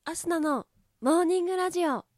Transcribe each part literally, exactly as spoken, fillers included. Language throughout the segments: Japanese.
アスナのモーニングラジオ。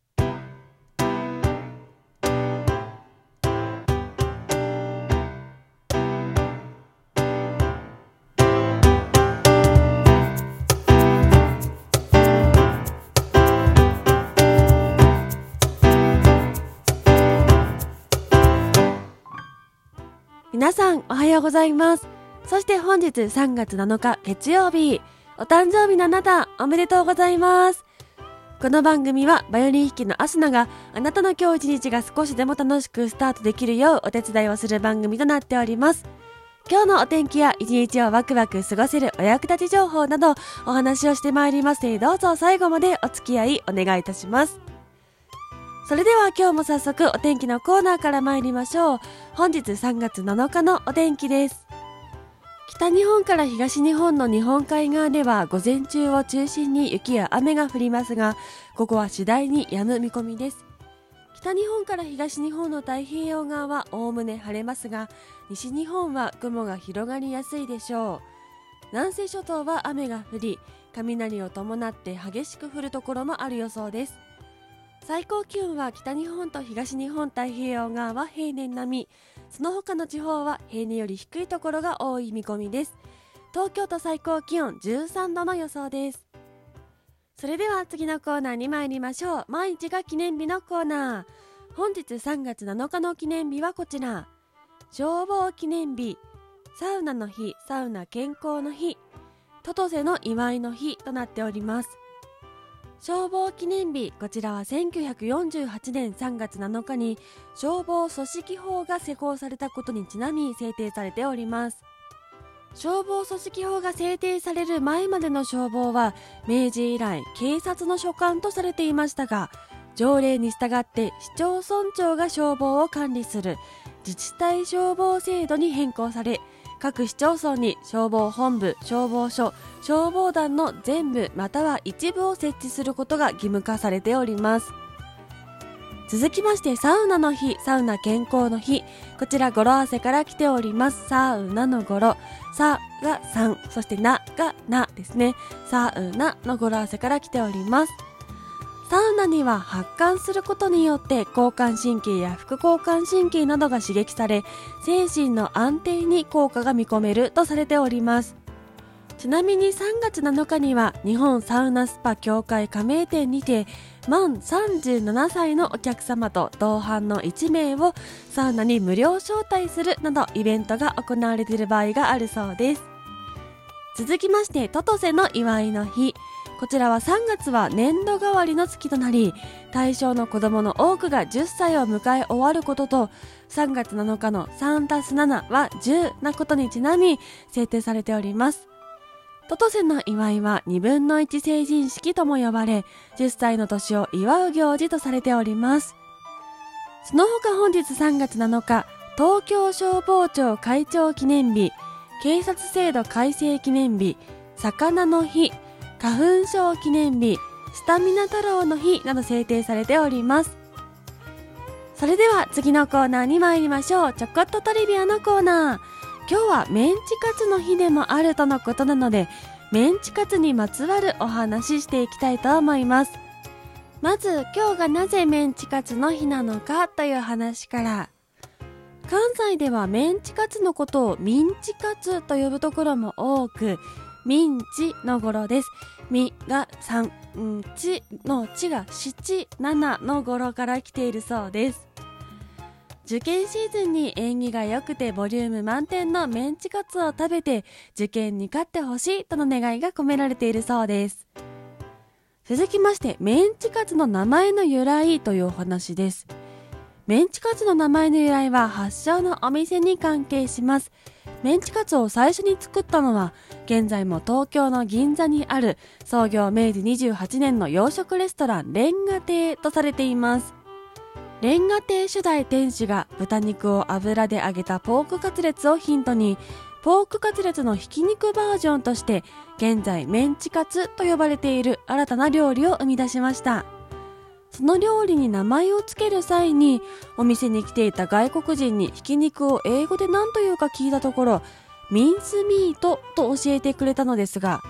皆さんおはようございます。そして本日さんがつなのか月曜日、お誕生日のあなたおめでとうございます。この番組はバイオリン弾きのアスナがあなたの今日一日が少しでも楽しくスタートできるようお手伝いをする番組となっております。今日のお天気や一日をワクワク過ごせるお役立ち情報などお話をしてまいりますので、どうぞ最後までお付き合いお願いいたします。それでは今日も早速お天気のコーナーから参りましょう。本日さんがつなのかのお天気です。北日本から東日本の日本海側では午前中を中心に雪や雨が降りますが、午後は次第に止む見込みです。北日本から東日本の太平洋側はおおむね晴れますが、西日本は雲が広がりやすいでしょう。南西諸島は雨が降り、雷を伴って激しく降るところもある予想です。最高気温は北日本と東日本太平洋側は平年並み、その他の地方は平年より低いところが多い見込みです。東京都最高気温じゅうさんどの予想です。それでは次のコーナーに参りましょう。毎日が記念日のコーナー。本日さんがつなのかの記念日はこちら。消防記念日、サウナの日、サウナ健康の日、トトセの祝いの日となっております。消防記念日、こちらはせんきゅうひゃくよんじゅうはちねんさんがつなのかに消防組織法が施行されたことにちなみ制定されております。消防組織法が制定される前までの消防は明治以来警察の所管とされていましたが、条例に従って市町村長が消防を管理する自治体消防制度に変更され、各市町村に消防本部、消防署、消防団の全部または一部を設置することが義務化されております。続きましてサウナの日、サウナ健康の日、こちら語呂合わせから来ております。サウナの語呂、サがさん、そしてナがナですね。サウナの語呂合わせから来ております。サウナには発汗することによって交感神経や副交感神経などが刺激され、精神の安定に効果が見込めるとされております。ちなみにさんがつなのかには日本サウナスパ協会加盟店にて満さんじゅうななさいのお客様と同伴のいちめいをサウナに無料招待するなどイベントが行われている場合があるそうです。続きましてトトセの祝いの日、こちらはさんがつは年度替わりの月となり、対象の子供の多くがじゅっさいを迎え終わることと、さんがつなのかのさんたすななはじゅうなことにちなみ制定されております。トトセの祝いはにぶんのいち成人式とも呼ばれ、じゅっさいの年を祝う行事とされております。その他本日さんがつなのか、東京消防庁会長記念日、警察制度改正記念日、魚の日、花粉症記念日、スタミナ太郎の日など制定されております。それでは次のコーナーに参りましょう。ちょこっとトリビアのコーナー。今日はメンチカツの日でもあるとのことなので、メンチカツにまつわるお話ししていきたいと思います。まず今日がなぜメンチカツの日なのかという話から。関西ではメンチカツのことをミンチカツと呼ぶところも多く、ミンチの語呂です。ミがさん、んチのチがなな、ななの語呂から来ているそうです。受験シーズンに縁起が良くてボリューム満点のメンチカツを食べて受験に勝ってほしいとの願いが込められているそうです。続きましてメンチカツの名前の由来というお話です。メンチカツの名前の由来は発祥のお店に関係します。メンチカツを最初に作ったのは現在も東京の銀座にある創業めいじにじゅうはちねんの洋食レストランレンガ亭とされています。レンガ亭初代店主が豚肉を油で揚げたポークカツレツをヒントに、ポークカツレツのひき肉バージョンとして現在メンチカツと呼ばれている新たな料理を生み出しました。その料理に名前をつける際にお店に来ていた外国人にひき肉を英語で何というか聞いたところ、ミンスミートと教えてくれたのですが、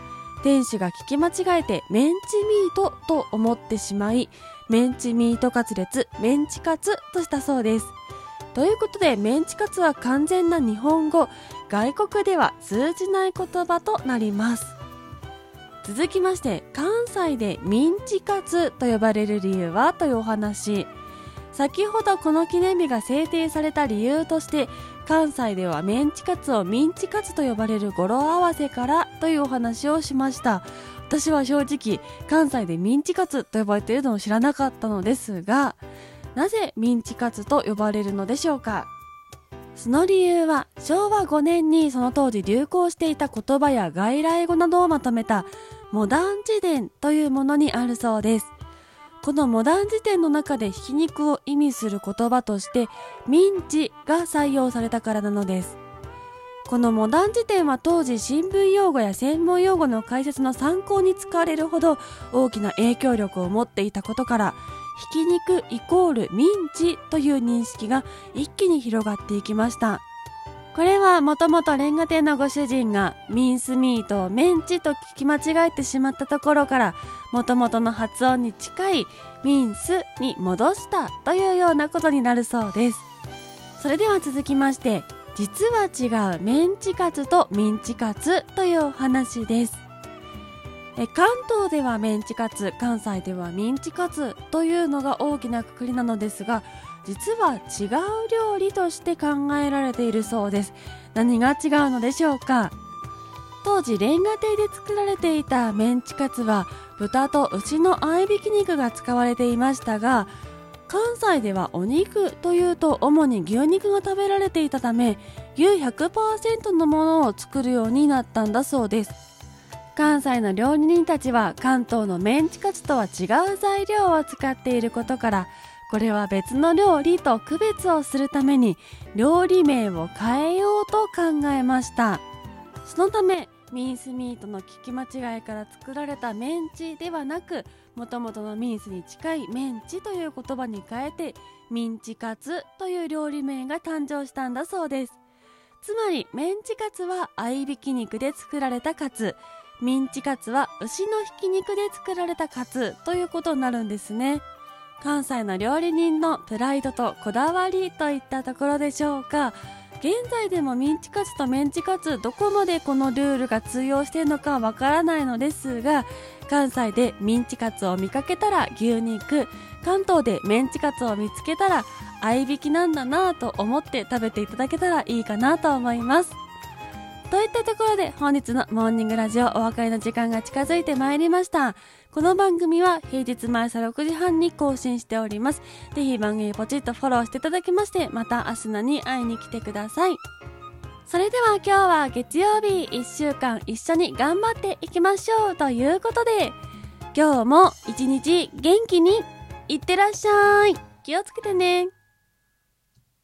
店主が聞き間違えてメンチミートと思ってしまい、メンチミートカツレツ、メンチカツとしたそうです。ということで、メンチカツは完全な日本語、外国では通じない言葉となります。続きまして、関西でミンチカツと呼ばれる理由はというお話。先ほどこの記念日が制定された理由として、関西ではメンチカツをミンチカツと呼ばれる語呂合わせからというお話をしました。私は正直関西でミンチカツと呼ばれているのを知らなかったのですが、なぜミンチカツと呼ばれるのでしょうか。その理由はしょうわごねんにその当時流行していた言葉や外来語などをまとめたモダン辞典というものにあるそうです。このモダン辞典の中でひき肉を意味する言葉としてミンチが採用されたからなのです。このモダン辞典は当時新聞用語や専門用語の解説の参考に使われるほど大きな影響力を持っていたことから、ひき肉イコールミンチという認識が一気に広がっていきました。これはもともとレンガ店のご主人がミンスミートをメンチと聞き間違えてしまったところから、もともとの発音に近いミンスに戻したというようなことになるそうです。それでは続きまして、実は違うメンチカツとミンチカツというお話です。え関東ではメンチカツ、関西ではミンチカツというのが大きな括りなのですが、実は違う料理として考えられているそうです。何が違うのでしょうか。当時レンガ亭で作られていたメンチカツは豚と牛の合いびき肉が使われていましたが、関西ではお肉というと主に牛肉が食べられていたため、牛 ひゃくパーセント のものを作るようになったんだそうです。関西の料理人たちは関東のメンチカツとは違う材料を使っていることから、これは別の料理と区別をするために料理名を変えようと考えました。そのためミンスミートの聞き間違いから作られたメンチではなく、もともとのミンスに近いメンチという言葉に変えてミンチカツという料理名が誕生したんだそうです。つまりメンチカツは合いびき肉で作られたカツ、ミンチカツは牛のひき肉で作られたカツということになるんですね。関西の料理人のプライドとこだわりといったところでしょうか。現在でもミンチカツとメンチカツ、どこまでこのルールが通用しているのかわからないのですが、関西でミンチカツを見かけたら牛肉、関東でメンチカツを見つけたら合いびきなんだなぁと思って食べていただけたらいいかなと思います。といったところで本日のモーニングラジオお別れの時間が近づいてまいりました。この番組は平日毎朝ろくじはんに更新しております。ぜひ番組ポチッとフォローしていただきまして、またアスナに会いに来てください。それでは今日は月曜日、いっしゅうかん一緒に頑張っていきましょうということで、今日も一日元気にいってらっしゃい。気をつけてね。